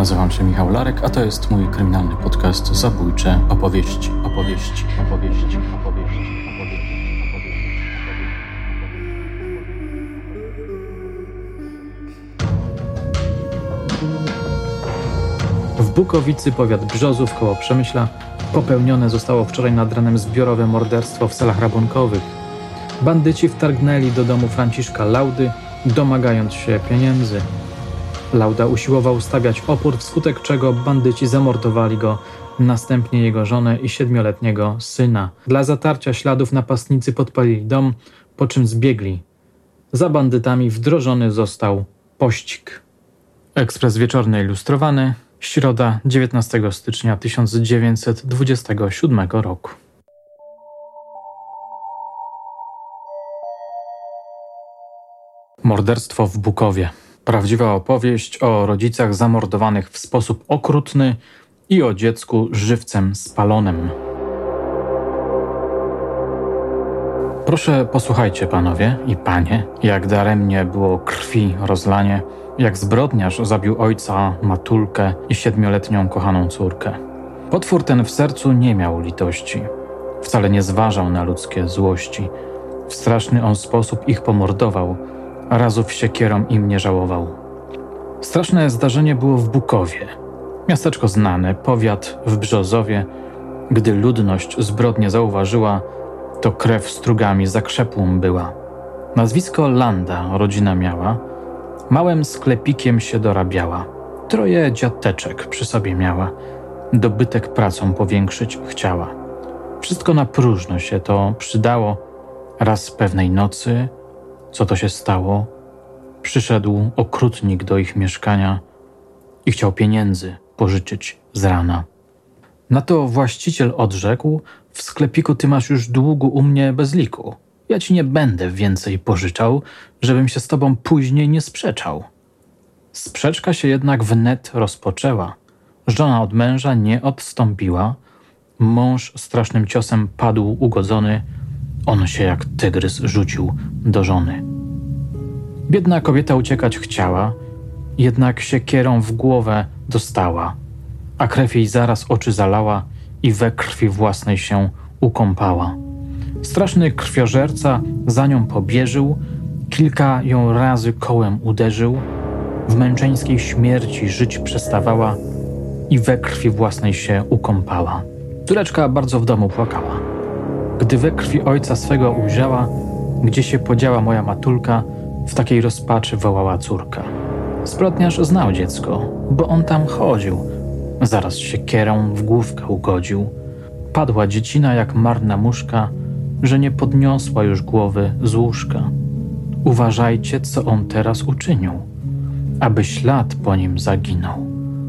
Nazywam się Michał Larek, a to jest mój kryminalny podcast Zabójcze opowieści. W Bukowicy, powiat Brzozów, koło Przemyśla, popełnione zostało wczoraj nad ranem zbiorowe morderstwo w celach rabunkowych. Bandyci wtargnęli do domu Franciszka Laudy, domagając się pieniędzy. Lauda usiłował stawiać opór, wskutek czego bandyci zamordowali go, następnie jego żonę i 7-letniego syna. Dla zatarcia śladów napastnicy podpalili dom, po czym zbiegli. Za bandytami wdrożony został pościg. Ekspres Wieczorny Ilustrowany, środa 19 stycznia 1927 roku. Morderstwo w Bukowie. Prawdziwa opowieść o rodzicach zamordowanych w sposób okrutny i o dziecku żywcem spalonym. Proszę posłuchajcie, panowie i panie, jak daremnie było krwi rozlanie, jak zbrodniarz zabił ojca, matulkę i 7-letnią kochaną córkę. Potwór ten w sercu nie miał litości. Wcale nie zważał na ludzkie złości. W straszny on sposób ich pomordował, a razów siekierą im nie żałował. Straszne zdarzenie było w Bukowie. Miasteczko znane, powiat w Brzozowie. Gdy ludność zbrodnię zauważyła, to krew strugami zakrzepłą była. Nazwisko Landa rodzina miała, małym sklepikiem się dorabiała. 3 dziateczek przy sobie miała, dobytek pracą powiększyć chciała. Wszystko na próżno się to przydało. Raz pewnej nocy, co to się stało, przyszedł okrutnik do ich mieszkania i chciał pieniędzy pożyczyć z rana. Na to właściciel odrzekł: w sklepiku ty masz już długu u mnie bez liku. Ja ci nie będę więcej pożyczał, żebym się z tobą później nie sprzeczał. Sprzeczka się jednak wnet rozpoczęła. Żona od męża nie odstąpiła. Mąż strasznym ciosem padł ugodzony. On się jak tygrys rzucił do żony. Biedna kobieta uciekać chciała, jednak siekierą w głowę dostała, a krew jej zaraz oczy zalała i we krwi własnej się ukąpała. Straszny krwiożerca za nią pobieżył, kilka ją razy kołem uderzył, w męczeńskiej śmierci żyć przestawała i we krwi własnej się ukąpała. Córeczka bardzo w domu płakała. Gdy we krwi ojca swego ujrzała, gdzie się podziała moja matulka, w takiej rozpaczy wołała córka. Zbrodniarz znał dziecko, bo on tam chodził. Zaraz siekierą w główkę ugodził. Padła dziecina jak marna muszka, że nie podniosła już głowy z łóżka. Uważajcie, co on teraz uczynił, aby ślad po nim zaginął.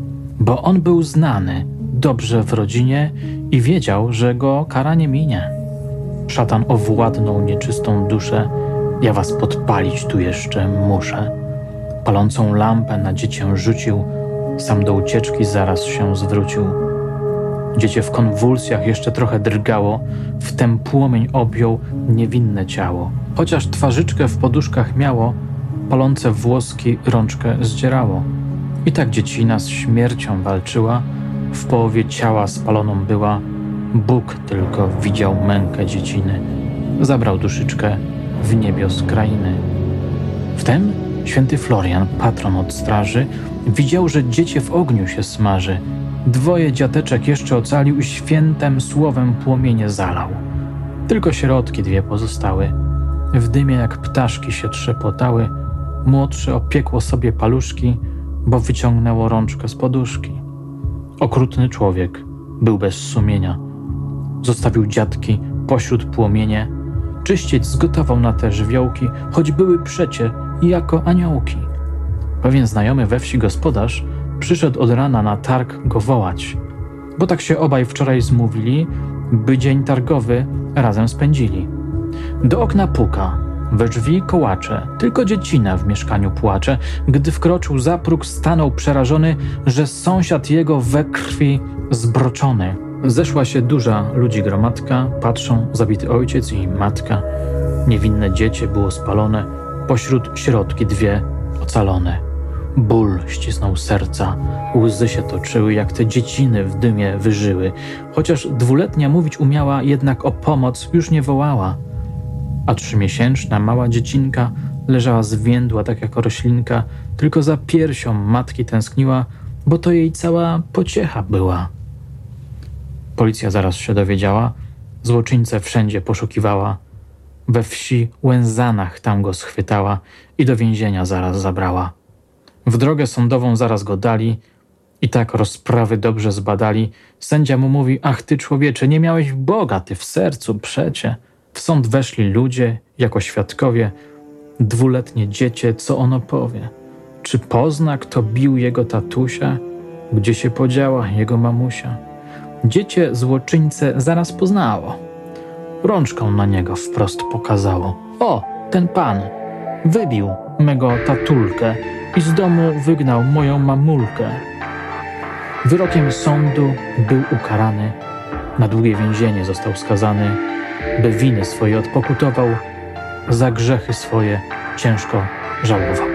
Bo on był znany dobrze w rodzinie i wiedział, że go kara nie minie. Szatan owładnął nieczystą duszę, ja was podpalić tu jeszcze muszę. Palącą lampę na dziecię rzucił, sam do ucieczki zaraz się zwrócił. Dziecię w konwulsjach jeszcze trochę drgało, wtem płomień objął niewinne ciało. Chociaż twarzyczkę w poduszkach miało, palące włoski rączkę zdzierało. I tak dziecina z śmiercią walczyła, w połowie ciała spaloną była. Bóg tylko widział mękę dzieciny, zabrał duszyczkę w niebios krainy. Wtem święty Florian, patron od straży, widział, że dziecię w ogniu się smaży. 2 dziateczek jeszcze ocalił i świętem słowem płomienie zalał. Tylko środki 2 pozostały. W dymie jak ptaszki się trzepotały. Młodsze opiekło sobie paluszki, bo wyciągnęło rączkę z poduszki. Okrutny człowiek był bez sumienia. Zostawił dziatki pośród płomienie. Czyściec zgotował na te żywiołki, choć były przecie jako aniołki. Pewien znajomy we wsi gospodarz przyszedł od rana na targ go wołać, bo tak się obaj wczoraj zmówili, by dzień targowy razem spędzili. Do okna puka, we drzwi kołacze, tylko dziecina w mieszkaniu płacze. Gdy wkroczył za próg, stanął przerażony, że sąsiad jego we krwi zbroczony. Zeszła się duża ludzi gromadka, patrzą zabity ojciec i matka. Niewinne dziecię było spalone, pośród środki 2 ocalone. Ból ścisnął serca, łzy się toczyły, jak te dzieciny w dymie wyżyły. Chociaż 2-letnia mówić umiała, jednak o pomoc już nie wołała. A 3-miesięczna mała dziecinka leżała zwiędła tak jak roślinka, tylko za piersią matki tęskniła, bo to jej cała pociecha była. Policja zaraz się dowiedziała, złoczyńcę wszędzie poszukiwała. We wsi Łęzanach tam go schwytała i do więzienia zaraz zabrała. W drogę sądową zaraz go dali i tak rozprawy dobrze zbadali. Sędzia mu mówi: ach ty człowiecze, nie miałeś Boga ty w sercu przecie. W sąd weszli ludzie jako świadkowie. 2-letnie dziecię, co ono powie? Czy pozna, kto bił jego tatusia? Gdzie się podziała jego mamusia? Dziecię złoczyńcę zaraz poznało. Rączką na niego wprost pokazało: o, ten pan wybił mego tatulkę i z domu wygnał moją mamulkę. Wyrokiem sądu był ukarany, na długie więzienie został skazany, by winy swoje odpokutował, za grzechy swoje ciężko żałował.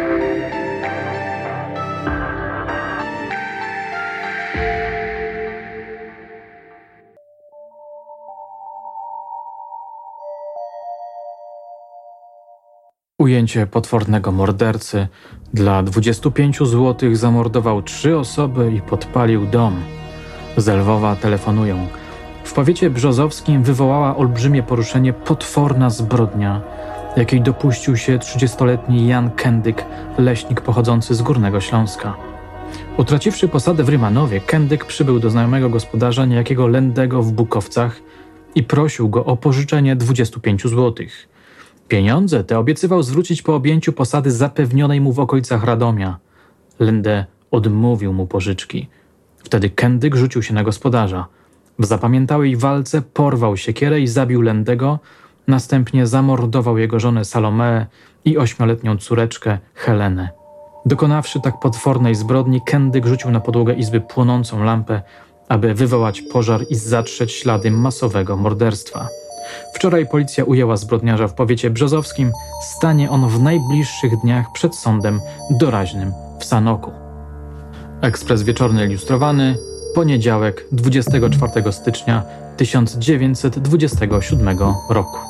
Ujęcie potwornego mordercy. Dla 25 zł zamordował 3 osoby i podpalił dom. Z Lwowa telefonują. W powiecie brzozowskim wywołała olbrzymie poruszenie potworna zbrodnia, jakiej dopuścił się 30-letni Jan Kendyk, leśnik pochodzący z Górnego Śląska. Utraciwszy posadę w Rymanowie, Kendyk przybył do znajomego gospodarza niejakiego Lendego w Bukowcach i prosił go o pożyczenie 25 złotych. Pieniądze te obiecywał zwrócić po objęciu posady zapewnionej mu w okolicach Radomia. Lende odmówił mu pożyczki. Wtedy Kendyk rzucił się na gospodarza. W zapamiętałej walce porwał siekierę i zabił Lendego, następnie zamordował jego żonę Salomeę i 8-letnią córeczkę Helenę. Dokonawszy tak potwornej zbrodni, Kendyk rzucił na podłogę izby płonącą lampę, aby wywołać pożar i zatrzeć ślady masowego morderstwa. Wczoraj policja ujęła zbrodniarza w powiecie brzozowskim. Stanie on w najbliższych dniach przed sądem doraźnym w Sanoku. Ekspres Wieczorny Ilustrowany, poniedziałek, 24 stycznia 1927 roku.